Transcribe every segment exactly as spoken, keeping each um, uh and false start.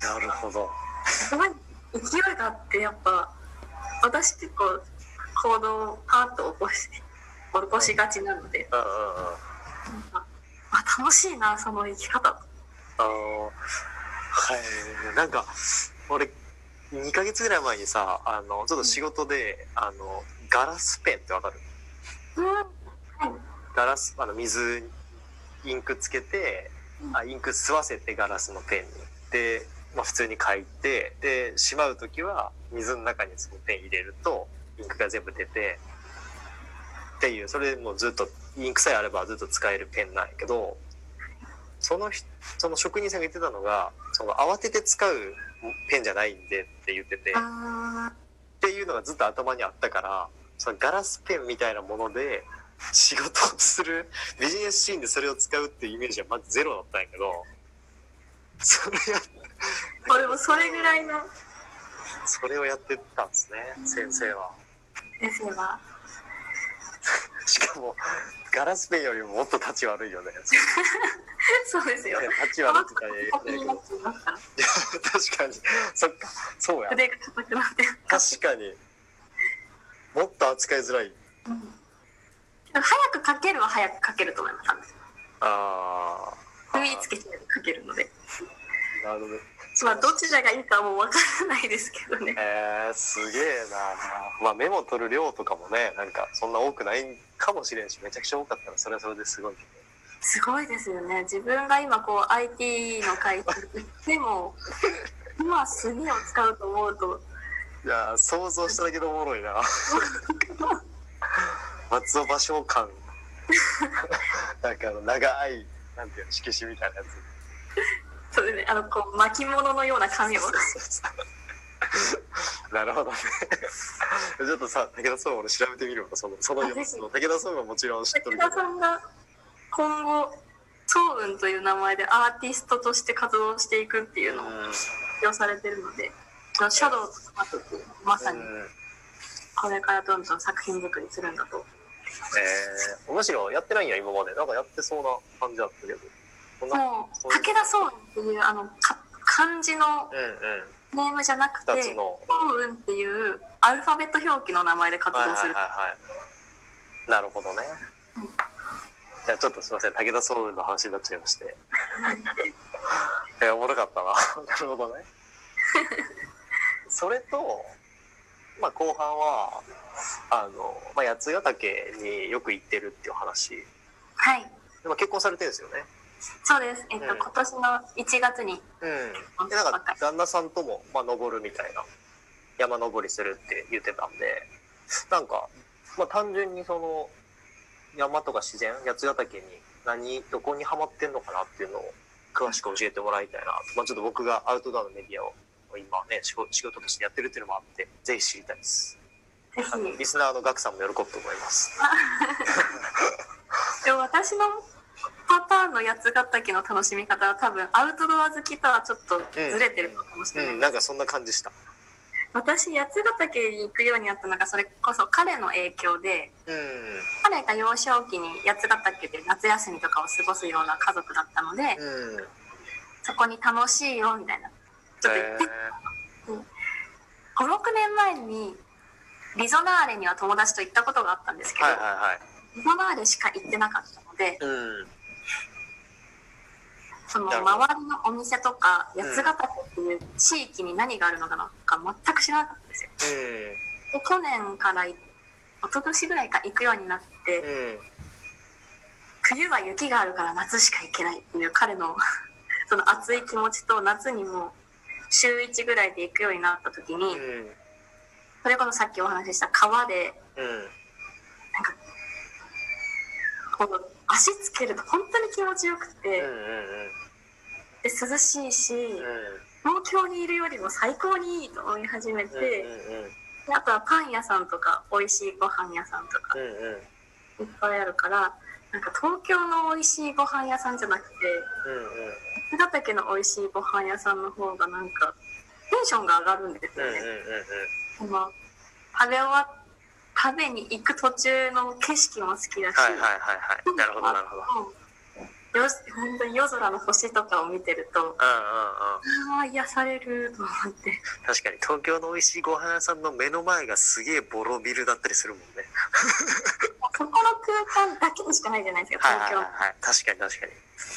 なるほど。 すごい勢いがあって、やっぱ私結構行動をパーッと起こし起こしがちなので、 うんうんうん、 なんかあ楽しいなその生き方。 あのはい、なんか俺にかげつぐらい前にさ、あのちょっと仕事で、うん、あのガラスペンってわかる？ うん、はい、 ガラスあの水インクつけて、うん、あインク吸わせてガラスのペンにで、まあ、普通に書いて、でしまう時は水の中にそのペン入れるとインクが全部出てっていう、それでもうずっとインクさえあればずっと使えるペンなんやけど、そのその職人さんが言ってたのが、その慌てて使うペンじゃないんでって言ってて、っていうのがずっと頭にあったから、そのガラスペンみたいなもので仕事をする、ビジネスシーンでそれを使うっていうイメージはまずゼロだったんやけど、それやこれもそれぐらいのそれをやってたんですね、先生は。 先生はしかもガラスペンよりももっと立ち悪いよね。 そうですよ。 立ち悪いって言ったら確かに、そっか、そうや。 筆が硬くなってる。 確かに。もっと扱いづらい。うん、 早く書けるは早く書けると思います。ああ。踏みつけて書けるので。 なるほど。 まあどちらがいいかもう分からないですけどね。 えー、すげえな。まあメモ取る量とかもね、なんかそんな多くないかもしれんし、めちゃくちゃ多かったらそれはそれですごい。 すごいですよね。自分が今こう アイティー の会社に行っても今墨を使うと思うと、 いや想像しただけでおもろいな。松尾芭蕉館なんかあの長いなんていうの色紙みたいなやつ。 そうですね、あのこう巻物のような紙を。 なるほどね。ちょっとさ、武田壮馬調べてみるか、そのその様子の。武田壮馬もちろん知っとるけど。 武田さんが今後壮雲という名前でアーティストとして活動していくっていうのを発表されてるので、シャドウとトマトっていうまさにこれからどんどん作品作りするんだと。 えー、むしろやってないんや今まで。なんかやってそうな感じだったけど。 もう武田壮雲っていうあの漢字のネームじゃなくて、壮雲っていうアルファベット表記の名前で活動する。はいはいはいはい、 なるほどね。うん、じゃあちょっとすいません、武田壮雲の話になっちゃいまして。えー、おもろかったな。なるほどね。それと、まあ、後半はあの、まあ、八ヶ岳によく行ってるっていう話。 はい。 でも結婚されてるんですよね。 そうです。えっと、うん、今年のいちがつに。 うん。で、なんか旦那さんとも、まあ、登るみたいな、山登りするって言ってたんで、なんか、まあ、単純にその山とか自然、八ヶ岳に何どこにハマってんのかなっていうのを詳しく教えてもらいたいな。まあ、ちょっと僕がアウトドアのメディアを今ね仕事としてやってるっていうのもあって、ぜひ知りたいです。あのリスナーのガクさんも喜ぶと思います。 でも私のパターンの八ヶ岳の楽しみ方は多分アウトドア好きとはちょっとずれてるのかもしれない、 うんうん、なんかそんな感じした。 私八ヶ岳に行くようになったのがそれこそ彼の影響で、うん、彼が幼少期に八ヶ岳で夏休みとかを過ごすような家族だったので、うん、そこに楽しいよみたいなちょっと言って、うん、ごろくねんまえにリゾナーレには友達と行ったことがあったんですけど、はいはいはい、リゾナーレしか行ってなかったので、うん、その周りのお店とか八ヶ岳っていう地域に何があるのかなか全く知らなかったんですよ、うん、で去年から一昨年ぐらいか行くようになって、うん、冬は雪があるから夏しか行けないっていう彼のその熱い気持ちと、夏にも週いちぐらいで行くようになった時に、うん、それこそさっきお話しした川で、うん、なんかこの足つけると本当に気持ちよくて、うんうんうん、で涼しいし、うん、東京にいるよりも最高にいいと思い始めて、うんうんうん、であとはパン屋さんとか美味しいご飯屋さんとか、うんうん、いっぱいあるから、なんか東京の美味しいご飯屋さんじゃなくて、八ヶ岳の美味しいご飯屋さんの方がなんかテンションが上がるんですよね、うんうんうんうん、食べ終わっ食べに行く途中の景色も好きだし、 はいはいはいはい、なるほどなるほど。 よ本当に夜空の星とかを見てると、 うんうんうん、 ああ癒されると思って。 確かに東京の美味しいご飯屋さんの目の前がすげえボロビルだったりするもんね。 そこの空間だけでしかないじゃないですか、東京。 はいはいはい、確かに確かに。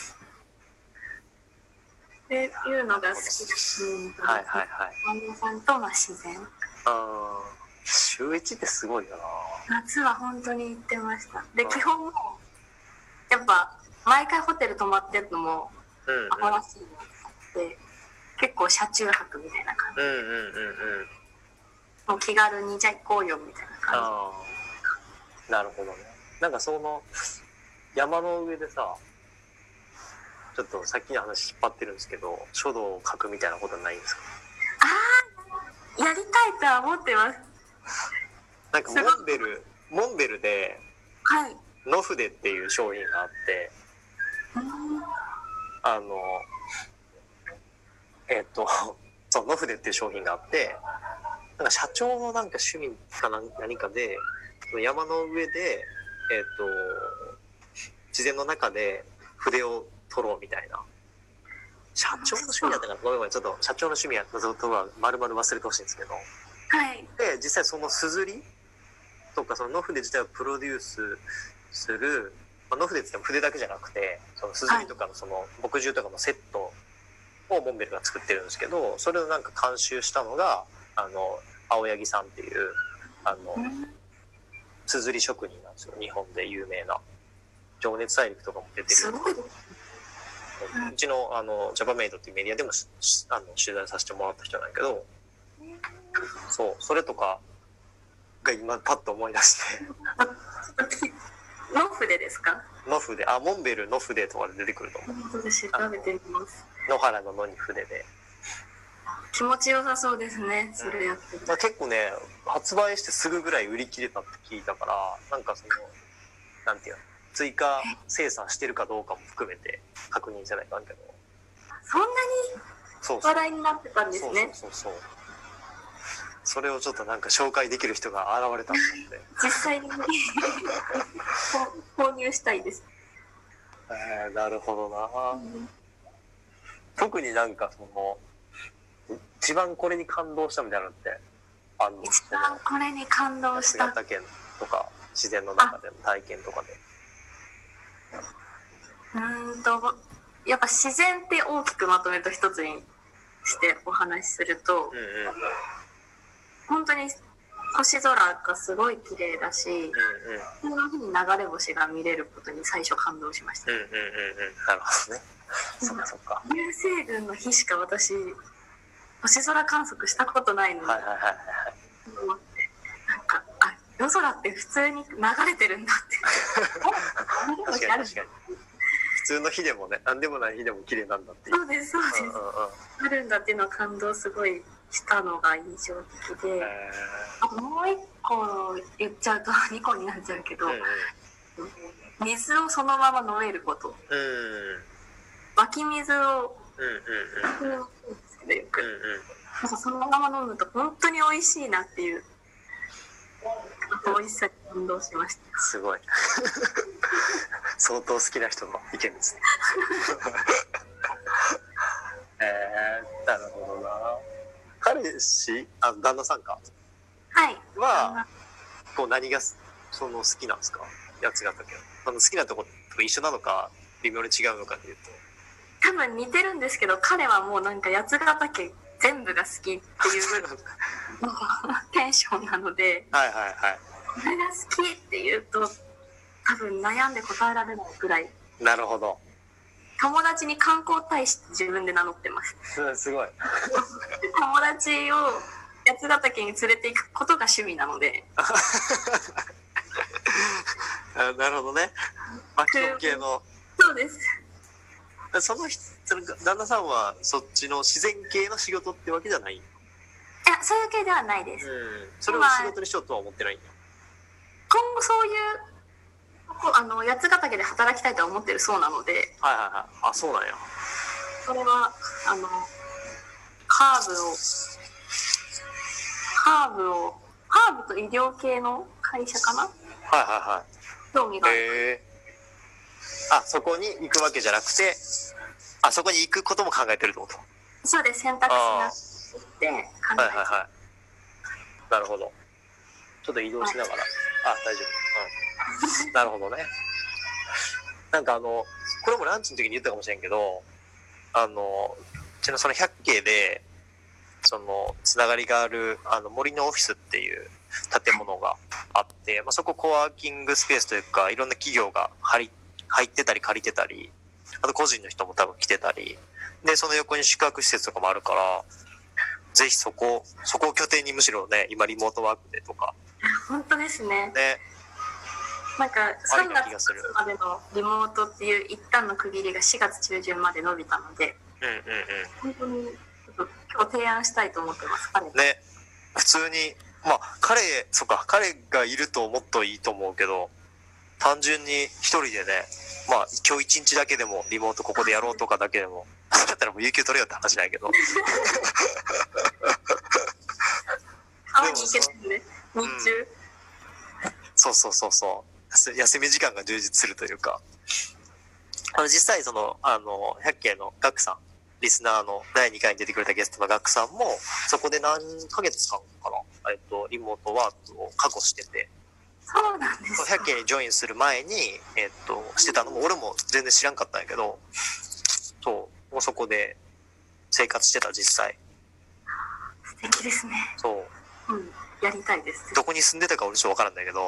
っていうのが好きです。 はいはいはい。 旦那さんとまあ自然。 ああ、週一ってすごいよな。夏は本当に行ってました。で、基本もやっぱ毎回ホテル泊まってるのも新しいのがあって、うんうん、結構車中泊みたいな感じで、うんうんうんうん、もう気軽にじゃあ行こうよみたいな感じ。 ああ、なるほどね。なんかその山の上でさ、ちょっとさっきの話引っ張ってるんですけど、書道を書くみたいなことないんですか？ ああ、やりたいとは思ってます。 なんかモンベルモンベルで、 はい、 野筆っていう商品があって、あのえっとそう野筆っていう商品があって、なんか社長のなんか趣味か何かで山の上で、えっと自然の中で筆を取ろうみたいな。社長の趣味だったかな、ごめんごめん、ちょっと社長の趣味やったとは丸々忘れてほしいんですけど、 はい、 で実際そのすずりとかその野筆自体をプロデュースする、まあ、野筆って言っても筆だけじゃなくて、そのすずりとかのその墨汁とかのセットをモンベルが作ってるんですけど、それをなんか監修したのがあの青柳さんっていうあのすずり職人なんですよ。日本で有名な。情熱大陸とかも出てる。 すごい。 うちのあのジャパメイドっていうメディアでもあの取材させてもらった人なんだけど、そうそれとかが今パッと思い出して。 野筆ですか？ 野筆、あ、モンベル野筆とかで出てくると思う。 本当で調べてみます。 野原の野に筆で。 気持ちよさそうですね。それやってる、 うん、結構ね発売してすぐぐらい売り切れたって聞いたから、なんかそのなんていうの。追加生産してるかどうかも含めて確認じゃないかんけど、 そんなに話題になってたんですね。 そうそうそうそう、それをちょっとなんか紹介できる人が現れたので実際に購入したいです。 えー、なるほどな、うん、特になんかその一番これに感動したみたいなのってあの一番これに感動した八ヶ岳とか自然の中での体験とかで。 うーんとやっぱ自然って大きくまとめると一つにしてお話しすると、うんうん、本当に星空がすごい綺麗だし、うんうん、その日に流れ星が見れることに最初感動しました。 うんうんうんうん、なるほどね。そっかそっか。 流星群の日しか私星空観測したことないのに、はいはいはいはい、思ってなんかあ夜空って普通に流れてるんだって確かに確かに普通の日でもね、何でもない日でも綺麗なんだっていう。 そうですそうです、うんうんうん、あるんだっていうのは感動すごいしたのが印象的で、あともう一個言っちゃうとにこになっちゃうけど、うんうん、水をそのまま飲めること、うんうん、湧き水を飲むんですけどよく、うんうん、なんかそのまま飲むと本当に美味しいなっていう美味しさに感動しました。 すごい相当好きな人の意見ですねえー、なるほどな。彼氏あ旦那さんかはいはこう何がその好きなんですか？八ヶ岳あの好きなところと一緒なのか微妙に違うのかでいうと多分似てるんですけど、彼はもうなんか八ヶ岳全部が好きっていうぐらいなんかテンションなので、 はいはいはい、 これが好きって言うと多分悩んで答えられないくらい。 なるほど。 友達に観光大使って自分で名乗ってます。 す, すごい友達を八ヶ岳に連れて行くことが趣味なのであなるほどね。アクション系の。 そうです。 そのその旦那さんはそっちの自然系の仕事ってわけじゃない？いやそういう系ではないです。うん、 それを仕事にしようとは思ってないんだ。 今後そういうあの八ヶ岳で働きたいとは思ってるそうなので。はいはいはい。あそうなんや。 それはあのハーブをハーブをハーブと医療系の会社かな。はいはいはい。 興味がある。 へあ、そこに行くわけじゃなくて、あ、そこに行くことも考えてるってこと？ そうです、選択肢がって考えて。 はいはいはい。なるほど。ちょっと移動しながら。はい、あ、大丈夫。うん。なるほどね。なんかあの、これもランチの時に言ったかもしれんけど、あの、うちのその百景で、その、つながりがある、あの、森のオフィスっていう建物があって、まあ、そこコワーキングスペースというか、いろんな企業が入り、入ってたり借りてたり、あと個人の人も多分来てたり、で、その横に宿泊施設とかもあるから、ぜひそこ、そこを拠点にむしろね、今リモートワークでとか。 本当ですね。 ね。 なんかさんがつまでのリモートっていう一旦の区切りがしがつ中旬まで伸びたので、 うんうんうん。 本当にちょっと今日提案したいと思ってます、彼ね。普通に、まあ彼、そっか、彼がいるともっといいと思うけど、単純に一人でね、まあ今日一日だけでもリモートここでやろうとかだけでも、だったらもう有給取れよって話ないけど。 川に行けないんで、日中、うん。 そうそうそうそう。休み時間が充実するというか。あの実際その、あの、百景のガクさん、リスナーのだいにかいに出てくれたゲストのガクさんも、そこで何ヶ月間かな、えっと、リモートワークを過去してて。 そうなんですか。 百景にジョインする前に、えっと、してたのも、俺も全然知らんかったんやけど、そう、もうそこで生活してた、実際。 素敵ですね。 そう。 うん、やりたいです。 どこに住んでたか俺ちょっとわからんだけど、